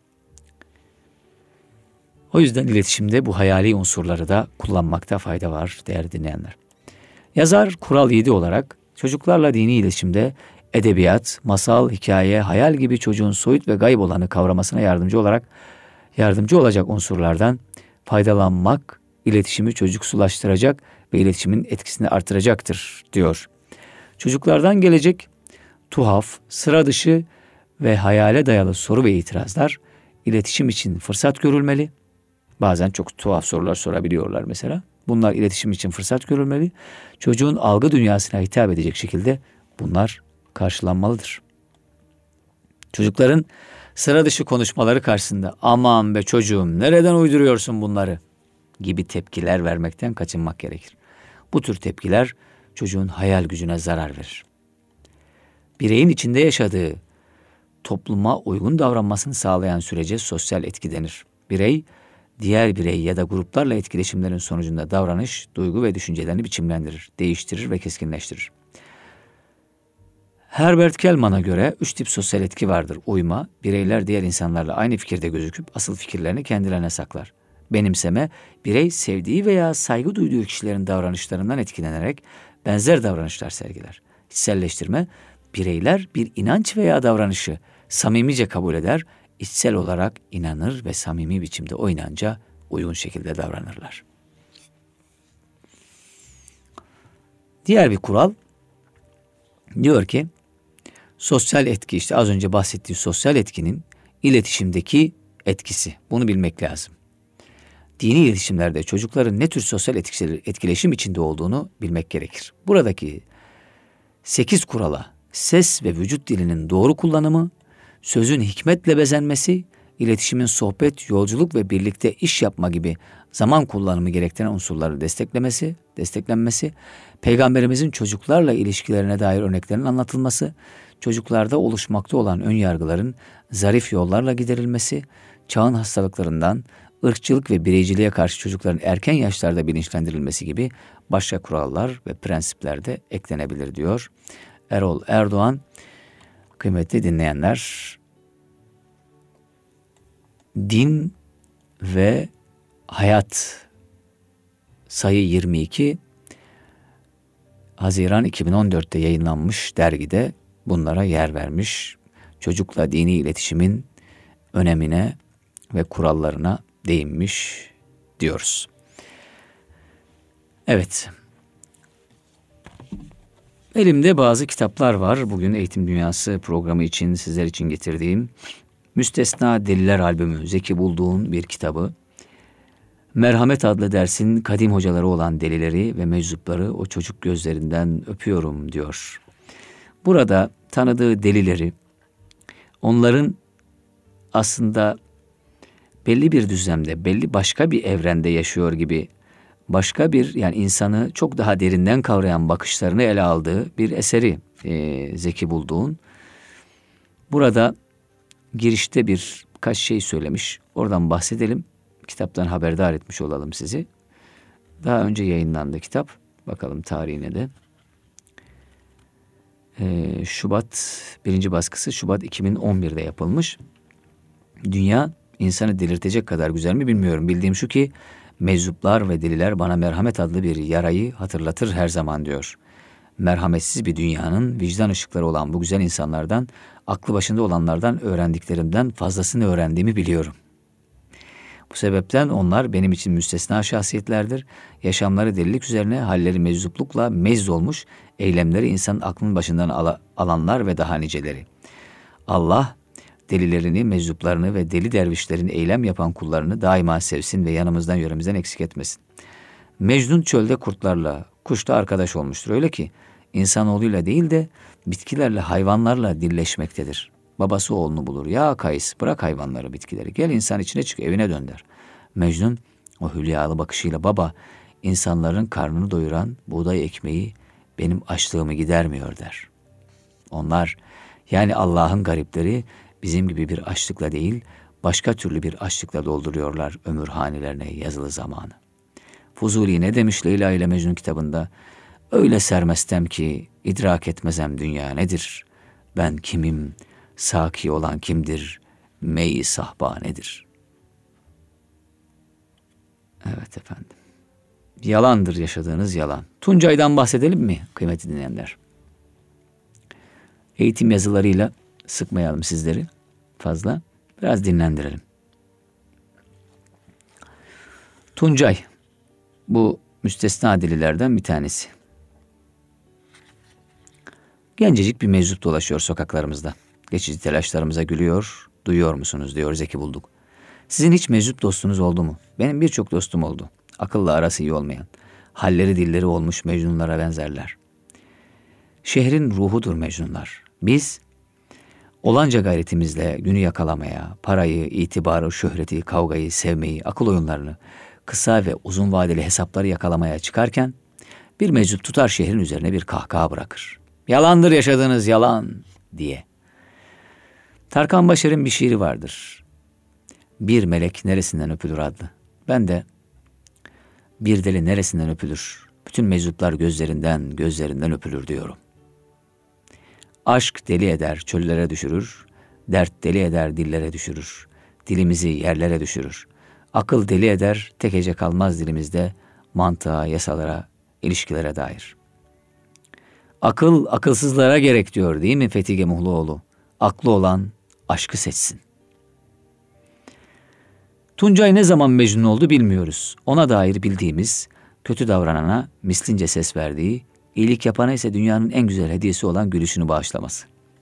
O yüzden iletişimde bu hayali unsurları da kullanmakta fayda var değerli dinleyenler. Yazar Kural 7 olarak çocuklarla dini iletişimde edebiyat, masal, hikaye, hayal gibi çocuğun soyut ve gayb olanı kavramasına yardımcı olacak unsurlardan faydalanmak iletişimi çocuksulaştıracak ve iletişimin etkisini artıracaktır diyor. Çocuklardan gelecek tuhaf, sıra dışı ve hayale dayalı soru ve itirazlar iletişim için fırsat görülmeli. Bazen çok tuhaf sorular sorabiliyorlar mesela. Bunlar iletişim için fırsat görülmeli. Çocuğun algı dünyasına hitap edecek şekilde bunlar karşılanmalıdır. Çocukların sıra dışı konuşmaları karşısında aman be çocuğum nereden uyduruyorsun bunları gibi tepkiler vermekten kaçınmak gerekir. Bu tür tepkiler çocuğun hayal gücüne zarar verir. Bireyin içinde yaşadığı topluma uygun davranmasını sağlayan sürece sosyal etki denir. Birey, diğer birey ya da gruplarla etkileşimlerin sonucunda davranış, duygu ve düşüncelerini biçimlendirir, değiştirir ve keskinleştirir. Herbert Kellman'a göre 3 tip sosyal etki vardır. Uyma, bireyler diğer insanlarla aynı fikirde gözüküp asıl fikirlerini kendilerine saklar. Benimseme, birey sevdiği veya saygı duyduğu kişilerin davranışlarından etkilenerek benzer davranışlar sergiler. İçselleştirme, bireyler bir inanç veya davranışı samimice kabul eder, içsel olarak inanır ve samimi biçimde o inanca uygun şekilde davranırlar. Diğer bir kural diyor ki, sosyal etki, işte az önce bahsettiği sosyal etkinin iletişimdeki etkisi. Bunu bilmek lazım. Dini iletişimlerde çocukların ne tür sosyal etkileşim içinde olduğunu bilmek gerekir. Buradaki 8 kurala ses ve vücut dilinin doğru kullanımı, sözün hikmetle bezenmesi, iletişimin sohbet, yolculuk ve birlikte iş yapma gibi zaman kullanımı gerektiren unsurları desteklenmesi, Peygamberimizin çocuklarla ilişkilerine dair örneklerin anlatılması, çocuklarda oluşmakta olan ön yargıların zarif yollarla giderilmesi, çağın hastalıklarından ırkçılık ve bireyciliğe karşı çocukların erken yaşlarda bilinçlendirilmesi gibi başka kurallar ve prensipler de eklenebilir diyor Erol Erdoğan. Kıymetli dinleyenler, Din ve Hayat sayı 22 Haziran 2014'te yayınlanmış dergide bunlara yer vermiş. Çocukla dini iletişimin önemine ve kurallarına değinmiş diyoruz. Evet. Elimde bazı kitaplar var. Bugün Eğitim Dünyası programı için sizler için getirdiğim Müstesna Deliller albümü, Zeki Bulduğ'un bir kitabı. Merhamet adlı dersin kadim hocaları olan delileri ve meczupları o çocuk gözlerinden öpüyorum diyor. Burada tanıdığı delileri, onların aslında belli bir düzlemde, belli başka bir evrende yaşıyor gibi, başka bir, yani insanı çok daha derinden kavrayan bakışlarını ele aldığı bir eseri Zeki Bulduğ'un. Burada girişte birkaç şey söylemiş. Oradan bahsedelim. Kitaptan haberdar etmiş olalım sizi. Daha önce yayınlandı kitap. Bakalım tarihine de. Şubat, birinci baskısı Şubat 2011'de yapılmış. Dünya insanı delirtecek kadar güzel mi bilmiyorum. Bildiğim şu ki meczuplar ve deliler bana merhamet adlı bir yarayı hatırlatır her zaman diyor. Merhametsiz bir dünyanın vicdan ışıkları olan bu güzel insanlardan, aklı başında olanlardan öğrendiklerimden fazlasını öğrendiğimi biliyorum. Bu sebepten onlar benim için müstesna şahsiyetlerdir. Yaşamları delilik üzerine, halleri meczuplukla mezz olmuş, eylemleri insanın aklının başından alanlar ve daha niceleri. Allah delilerini, meczuplarını ve deli dervişlerin eylem yapan kullarını daima sevsin ve yanımızdan yöremizden eksik etmesin. Mecnun çölde kurtlarla, kuşla arkadaş olmuştur. Öyle ki insanoğluyla değil de bitkilerle, hayvanlarla dilleşmektedir. Babası oğlunu bulur. Ya Kays, bırak hayvanları, bitkileri. Gel insan içine çık, evine dön der. Mecnun o hülyalı bakışıyla, baba, insanların karnını doyuran buğday ekmeği benim açlığımı gidermiyor der. Onlar, yani Allah'ın garipleri, bizim gibi bir açlıkla değil, başka türlü bir açlıkla dolduruyorlar ömürhanelerine yazılı zamanı. Fuzuli ne demiş Leyla ile Mecnun kitabında? Öyle sermestem ki idrak etmezem dünya nedir? Ben kimim? Saki olan kimdir? Mey-i sahba nedir? Evet efendim. Yalandır yaşadığınız yalan. Tuncay'dan bahsedelim mi kıymetli dinleyenler? Eğitim yazılarıyla sıkmayalım sizleri fazla. Biraz dinlendirelim. Tuncay, bu müstesna delilerden bir tanesi. Gencecik bir meczup dolaşıyor sokaklarımızda. Geçici telaşlarımıza gülüyor, duyuyor musunuz diyor Zeki Bulduk. Sizin hiç meczup dostunuz oldu mu? Benim birçok dostum oldu. Akılla arası iyi olmayan. Halleri dilleri olmuş mecnunlara benzerler. Şehrin ruhudur mecnunlar. Biz olanca gayretimizle günü yakalamaya, parayı, itibarı, şöhreti, kavgayı, sevmeyi, akıl oyunlarını, kısa ve uzun vadeli hesapları yakalamaya çıkarken bir meczup tutar şehrin üzerine bir kahkaha bırakır. Yalandır yaşadığınız yalan diye. Tarkan Başar'ın bir şiiri vardır. Bir melek neresinden öpülür adlı. Ben de bir deli neresinden öpülür? Bütün meczuplar gözlerinden öpülür diyorum. Aşk deli eder, çöllere düşürür. Dert deli eder, dillere düşürür. Dilimizi yerlere düşürür. Akıl deli eder, tek hece kalmaz dilimizde mantığa, yasalara, ilişkilere dair. Akıl akılsızlara gerek diyor değil mi Fethi Gemuhluoğlu? Aklı olan aşkı seçsin. Tuncay ne zaman mecnun oldu bilmiyoruz. Ona dair bildiğimiz, kötü davranana mislince ses verdiği, iyilik yapana ise dünyanın en güzel hediyesi olan gülüşünü bağışlaması.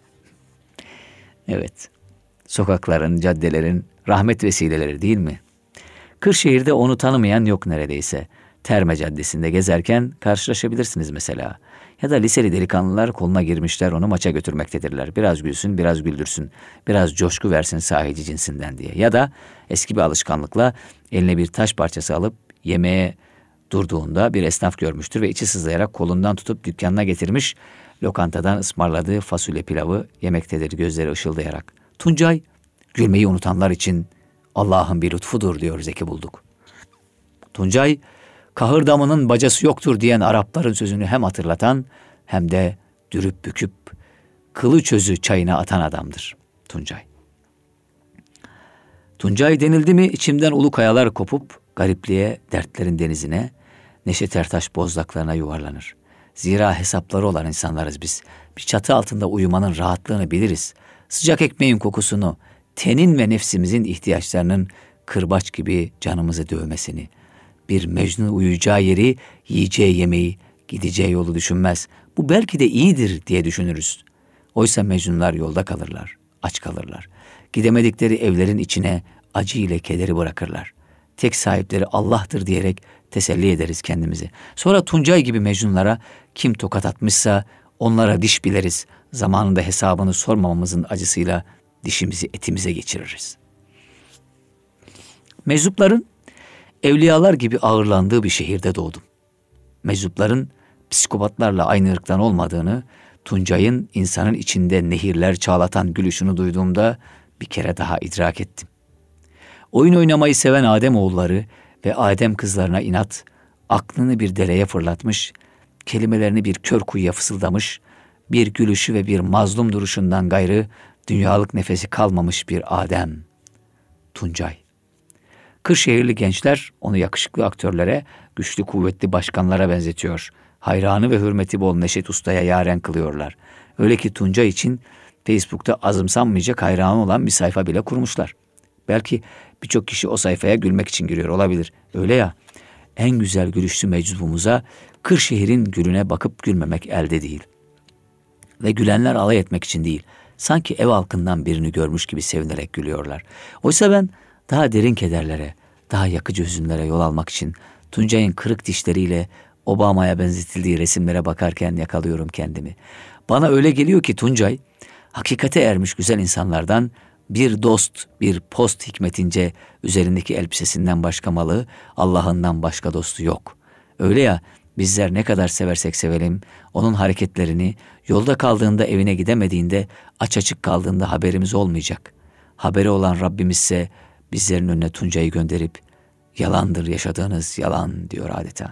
Evet, sokakların, caddelerin rahmet vesileleri değil mi? Kırşehir'de onu tanımayan yok neredeyse. Terme Caddesi'nde gezerken karşılaşabilirsiniz mesela. Ya da liseli delikanlılar koluna girmişler, onu maça götürmektedirler. Biraz gülsün, biraz güldürsün, biraz coşku versin sahici cinsinden diye. Ya da eski bir alışkanlıkla eline bir taş parçası alıp yemeğe durduğunda bir esnaf görmüştür ve içi sızlayarak kolundan tutup dükkanına getirmiş, lokantadan ısmarladığı fasulye pilavı yemektedir gözleri ışıldayarak. Tuncay, gülmeyi unutanlar için Allah'ın bir lütfudur diyor Zeki Bulduk. Tuncay, kahırdamının bacası yoktur diyen Arapların sözünü hem hatırlatan hem de dürüp büküp kılı çözü çayına atan adamdır Tuncay. Tuncay denildi mi içimden ulu kayalar kopup garipliğe, dertlerin denizine, Neşet Ertaş bozlaklarına yuvarlanır. Zira hesapları olan insanlarız biz. Bir çatı altında uyumanın rahatlığını biliriz. Sıcak ekmeğin kokusunu, tenin ve nefsimizin ihtiyaçlarının kırbaç gibi canımızı dövmesini, bir Mecnun uyuyacağı yeri, yiyeceği yemeği, gideceği yolu düşünmez. Bu belki de iyidir diye düşünürüz. Oysa Mecnunlar yolda kalırlar, aç kalırlar. Gidemedikleri evlerin içine acı ile kederi bırakırlar. Tek sahipleri Allah'tır diyerek teselli ederiz kendimizi. Sonra Tuncay gibi Mecnunlara kim tokat atmışsa onlara diş bileriz. Zamanında hesabını sormamamızın acısıyla dişimizi etimize geçiririz. Meczupların evliyalar gibi ağırlandığı bir şehirde doğdum. Meczupların psikopatlarla aynı ırktan olmadığını, Tuncay'ın insanın içinde nehirler çağlatan gülüşünü duyduğumda bir kere daha idrak ettim. Oyun oynamayı seven Adem oğulları ve Adem kızlarına inat, aklını bir dereye fırlatmış, kelimelerini bir kör kuyuya fısıldamış, bir gülüşü ve bir mazlum duruşundan gayrı dünyalık nefesi kalmamış bir Adem, Tuncay. Kırşehirli gençler onu yakışıklı aktörlere, güçlü kuvvetli başkanlara benzetiyor. Hayranı ve hürmeti bol Neşet Usta'ya yaren kılıyorlar. Öyle ki Tuncay için Facebook'ta azımsanmayacak hayranı olan bir sayfa bile kurmuşlar. Belki birçok kişi o sayfaya gülmek için giriyor olabilir. Öyle ya, en güzel gülüşlü meczubumuza Kırşehir'in gülüne bakıp gülmemek elde değil. Ve gülenler alay etmek için değil, sanki ev halkından birini görmüş gibi sevinerek gülüyorlar. Oysa ben daha derin kederlere, daha yakıcı hüzünlere yol almak için Tuncay'ın kırık dişleriyle Obama'ya benzetildiği resimlere bakarken yakalıyorum kendimi. Bana öyle geliyor ki Tuncay, hakikate ermiş güzel insanlardan bir dost, bir post hikmetince üzerindeki elbisesinden başka malı, Allah'ından başka dostu yok. Öyle ya, bizler ne kadar seversek sevelim, onun hareketlerini, yolda kaldığında evine gidemediğinde, aç açık kaldığında haberimiz olmayacak. Haberi olan Rabbimiz ise bizlerin önüne Tuncay'ı gönderip, yalandır yaşadığınız yalan diyor adeta.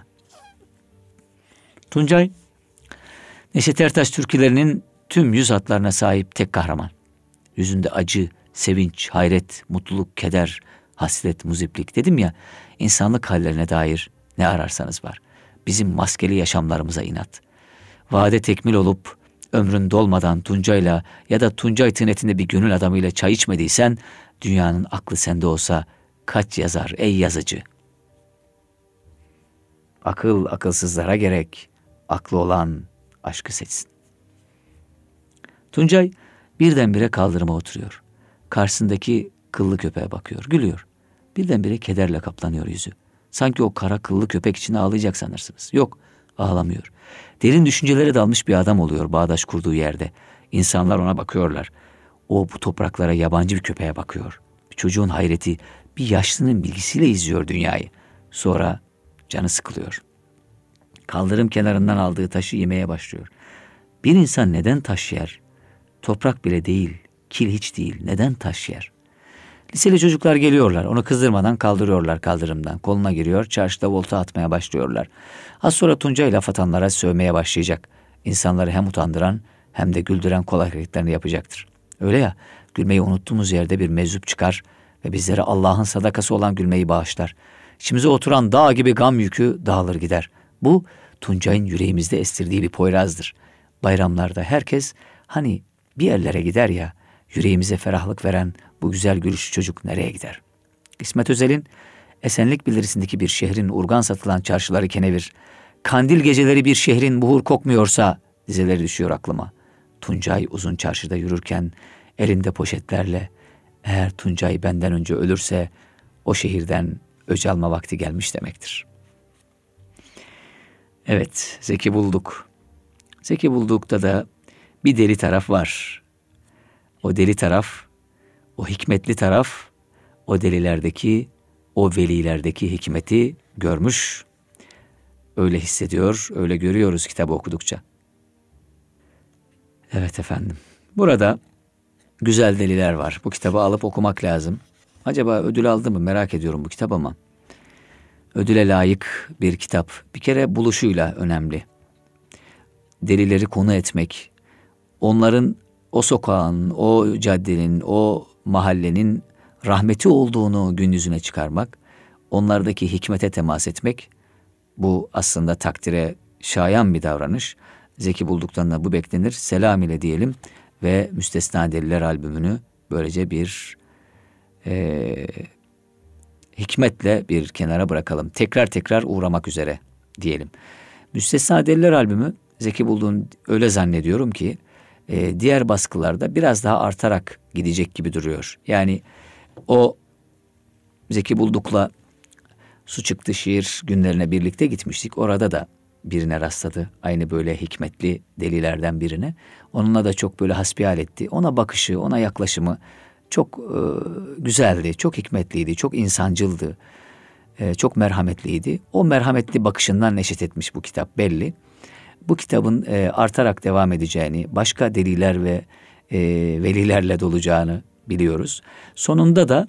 Tuncay, Neşet Ertaş türkülerinin tüm yüz hatlarına sahip tek kahraman. Yüzünde acı, sevinç, hayret, mutluluk, keder, hasret, muziplik dedim ya, insanlık hallerine dair ne ararsanız var. Bizim maskeli yaşamlarımıza inat. Vade tekmil olup ömrün dolmadan Tuncay'la ya da Tuncay tınetinde bir gönül adamıyla çay içmediysen, dünyanın aklı sende olsa kaç yazar ey yazıcı. Akıl akılsızlara gerek, aklı olan aşkı seçsin. Tuncay birdenbire kaldırıma oturuyor. Karşısındaki kıllı köpeğe bakıyor, gülüyor. Birdenbire kederle kaplanıyor yüzü. Sanki o kara kıllı köpek için ağlayacak sanırsınız. Yok, ağlamıyor. Derin düşüncelere dalmış bir adam oluyor bağdaş kurduğu yerde. İnsanlar ona bakıyorlar. O bu topraklara yabancı bir köpeğe bakıyor. Bir çocuğun hayreti, bir yaşlının bilgisiyle izliyor dünyayı. Sonra canı sıkılıyor. Kaldırım kenarından aldığı taşı yemeye başlıyor. Bir insan neden taş yer? Toprak bile değil, kil hiç değil. Neden taş yer? Liseli çocuklar geliyorlar. Onu kızdırmadan kaldırıyorlar kaldırımdan. Koluna giriyor, çarşıda volta atmaya başlıyorlar. Az sonra Tuncay laf atanlara sövmeye başlayacak. İnsanları hem utandıran hem de güldüren kol hareketlerini yapacaktır. Öyle ya, gülmeyi unuttuğumuz yerde bir meczup çıkar ve bizlere Allah'ın sadakası olan gülmeyi bağışlar. İçimize oturan dağ gibi gam yükü dağılır gider. Bu Tuncay'ın yüreğimizde estirdiği bir poyrazdır. Bayramlarda herkes hani bir yerlere gider ya, yüreğimize ferahlık veren bu güzel gülüşlü çocuk nereye gider? İsmet Özel'in Esenlik Bildirisi'ndeki bir şehrin urgan satılan çarşıları kenevir, kandil geceleri bir şehrin buhur kokmuyorsa dizeleri düşüyor aklıma. Tuncay uzun çarşıda yürürken elinde poşetlerle, eğer Tuncay benden önce ölürse o şehirden öc alma vakti gelmiş demektir. Evet, Zeki Bulduk. Zeki Bulduk'ta da bir deli taraf var. O deli taraf, o hikmetli taraf, o delilerdeki, o velilerdeki hikmeti görmüş. Öyle hissediyor, öyle görüyoruz kitabı okudukça. Evet efendim, burada güzel deliler var. Bu kitabı alıp okumak lazım. Acaba ödül aldı mı merak ediyorum bu kitap ama. Ödüle layık bir kitap. Bir kere buluşuyla önemli. Delileri konu etmek, onların o sokağın, o caddenin, o mahallenin rahmeti olduğunu gün yüzüne çıkarmak, onlardaki hikmete temas etmek, bu aslında takdire şayan bir davranış. Zeki Bulduk'tan da bu beklenir. Selam ile diyelim ve Müstesna Deliller albümünü böylece bir hikmetle bir kenara bırakalım. Tekrar uğramak üzere diyelim. Müstesna Deliller albümü Zeki Bulduk'un, öyle zannediyorum ki diğer baskılarda biraz daha artarak gidecek gibi duruyor. Yani o Zeki Bulduk'la Su Çıktı şiir günlerine birlikte gitmiştik. Orada da birine rastladı. Aynı böyle hikmetli delilerden birine. Onunla da çok böyle hasbihal etti. Ona bakışı, ona yaklaşımı çok güzeldi, çok hikmetliydi, çok insancıldı, çok merhametliydi. O merhametli bakışından neşet etmiş bu kitap belli. Bu kitabın artarak devam edeceğini, başka deliler ve velilerle dolacağını biliyoruz. Sonunda da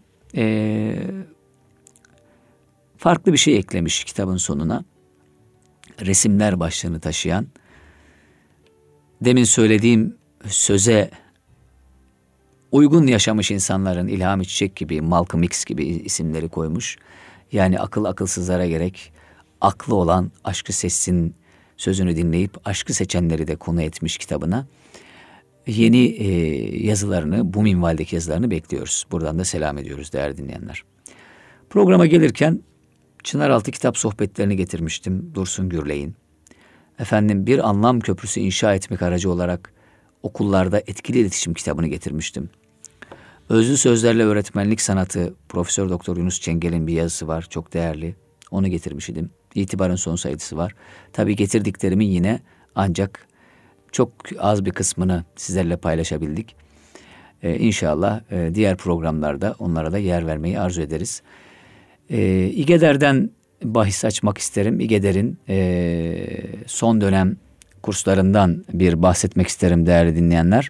farklı bir şey eklemiş kitabın sonuna. Resimler başlığını taşıyan, demin söylediğim söze uygun yaşamış insanların İlhami Çiçek gibi, Malcolm X gibi isimleri koymuş. Yani akıl akılsızlara gerek, aklı olan aşkı seçsin sözünü dinleyip aşkı seçenleri de konu etmiş kitabına. Yeni yazılarını, bu minvaldeki yazılarını bekliyoruz. Buradan da selam ediyoruz değerli dinleyenler. Programa gelirken Çınaraltı kitap sohbetlerini getirmiştim Dursun Gürley'in. Efendim, bir anlam köprüsü inşa etmek aracı olarak okullarda etkili iletişim kitabını getirmiştim. Özlü sözlerle öğretmenlik sanatı Profesör Doktor Yunus Çengel'in bir yazısı var, çok değerli. Onu getirmiş idim. İtibarın son sayısı var. Tabii getirdiklerimin yine ancak çok az bir kısmını sizlerle paylaşabildik. İnşallah diğer programlarda onlara da yer vermeyi arzu ederiz. İGEDER'den bahis açmak isterim. İGEDER'in son dönem kurslarından bir bahsetmek isterim değerli dinleyenler.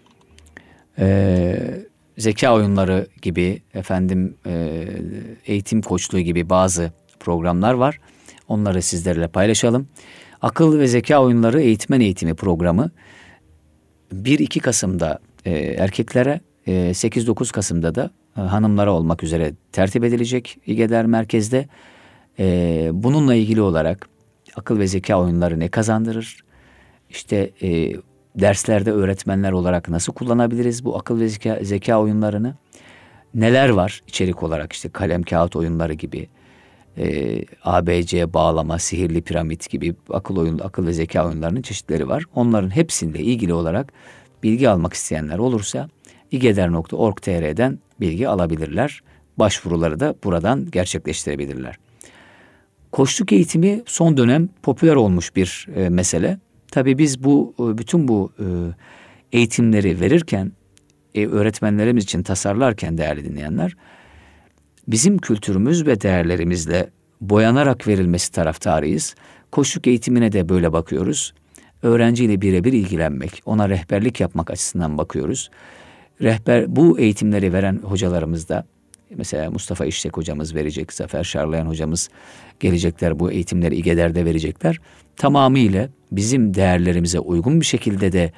Zeka oyunları gibi, eğitim koçluğu gibi bazı programlar var. Onları sizlerle paylaşalım. Akıl ve zeka oyunları eğitmen eğitimi programı 1-2 Kasım'da erkeklere, 8-9 Kasım'da da hanımlara olmak üzere tertip edilecek İGEDER merkezde. Bununla ilgili olarak akıl ve zeka oyunları ne kazandırır? İşte derslerde öğretmenler olarak nasıl kullanabiliriz bu akıl ve zeka oyunlarını? Neler var içerik olarak, işte kalem kağıt oyunları gibi, ABC bağlama, sihirli piramit gibi akıl ve zeka oyunlarının çeşitleri var. Onların hepsiyle ilgili olarak bilgi almak isteyenler olursa igeder.org.tr'den bilgi alabilirler. Başvuruları da buradan gerçekleştirebilirler. Koçluk eğitimi son dönem popüler olmuş bir mesele. Tabii biz bütün bu eğitimleri verirken, öğretmenlerimiz için tasarlarken değerli dinleyenler, bizim kültürümüz ve değerlerimizle boyanarak verilmesi taraftarıyız. Koçluk eğitimine de böyle bakıyoruz. Öğrenciyle birebir ilgilenmek, ona rehberlik yapmak açısından bakıyoruz. Bu eğitimleri veren hocalarımız da, mesela Mustafa İştek hocamız verecek, Zafer Şarlayan hocamız gelecekler, bu eğitimleri İGEDER'de verecekler. Tamamıyla bizim değerlerimize uygun bir şekilde de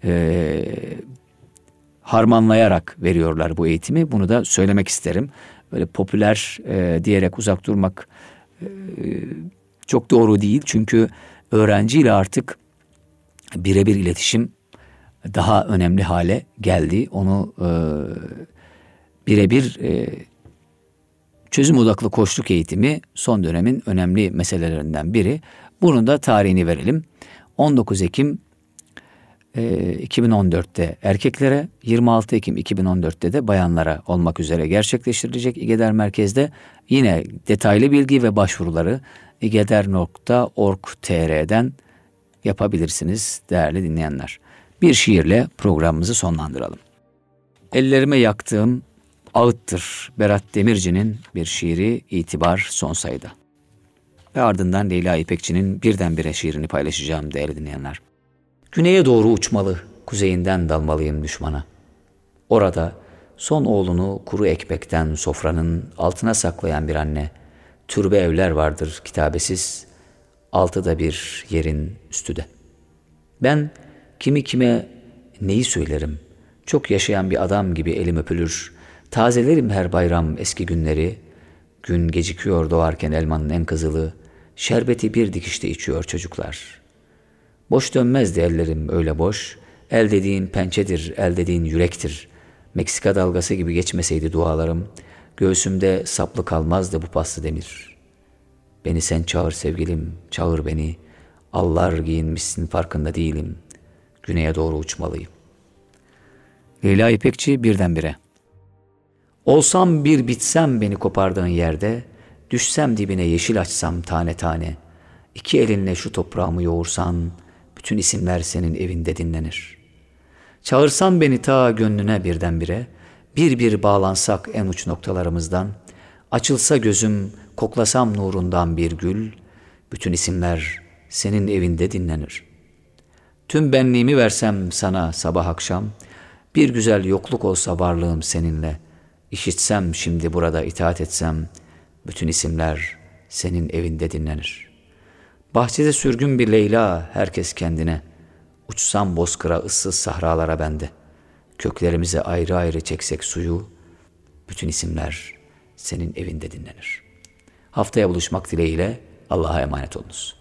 harmanlayarak veriyorlar bu eğitimi. Bunu da söylemek isterim. Böyle popüler diyerek uzak durmak çok doğru değil. Çünkü öğrenciyle artık birebir iletişim daha önemli hale geldi. Onu birebir çözüm odaklı koçluk eğitimi son dönemin önemli meselelerinden biri. Bunun da tarihini verelim. 19 Ekim 2014'te erkeklere, 26 Ekim 2014'te de bayanlara olmak üzere gerçekleştirilecek İGEDER merkezde. Yine detaylı bilgi ve başvuruları igeder.org.tr'den yapabilirsiniz değerli dinleyenler. Bir şiirle programımızı sonlandıralım. Ellerime yaktığım ağıttır Berat Demirci'nin bir şiiri İtibar son sayıda. Ve ardından Leyla İpekçi'nin birdenbire şiirini paylaşacağım değerli dinleyenler. Güneye doğru uçmalı, kuzeyinden dalmalıyım düşmana. Orada son oğlunu kuru ekmekten sofranın altına saklayan bir anne, türbe evler vardır kitabesiz, altıda bir yerin üstü de. Ben kimi kime neyi söylerim, çok yaşayan bir adam gibi elim öpülür, tazelerim her bayram eski günleri, gün gecikiyor doğarken elmanın en kızılı, şerbeti bir dikişte içiyor çocuklar. Boş dönmezdi ellerim öyle boş, el dediğin pençedir, el dediğin yürektir. Meksika dalgası gibi geçmeseydi dualarım, göğsümde saplı kalmazdı bu paslı demir. Beni sen çağır sevgilim, çağır beni, allar giyinmişsin farkında değilim, güneye doğru uçmalıyım. Leyla İpekçi birdenbire. Olsam bir bitsem beni kopardığın yerde, düşsem dibine yeşil açsam tane tane, iki elinle şu toprağımı yoğursan, bütün isimler senin evinde dinlenir. Çağırsan beni ta gönlüne birdenbire, bir bir bağlansak en uç noktalarımızdan, açılsa gözüm, koklasam nurundan bir gül, bütün isimler senin evinde dinlenir. Tüm benliğimi versem sana sabah akşam, bir güzel yokluk olsa varlığım seninle, işitsem şimdi burada itaat etsem, bütün isimler senin evinde dinlenir. Bahçede sürgün bir Leyla, herkes kendine, uçsam bozkıra ıssız sahralara bende, köklerimize ayrı ayrı çeksek suyu, bütün isimler senin evinde dinlenir. Haftaya buluşmak dileğiyle Allah'a emanet olunuz.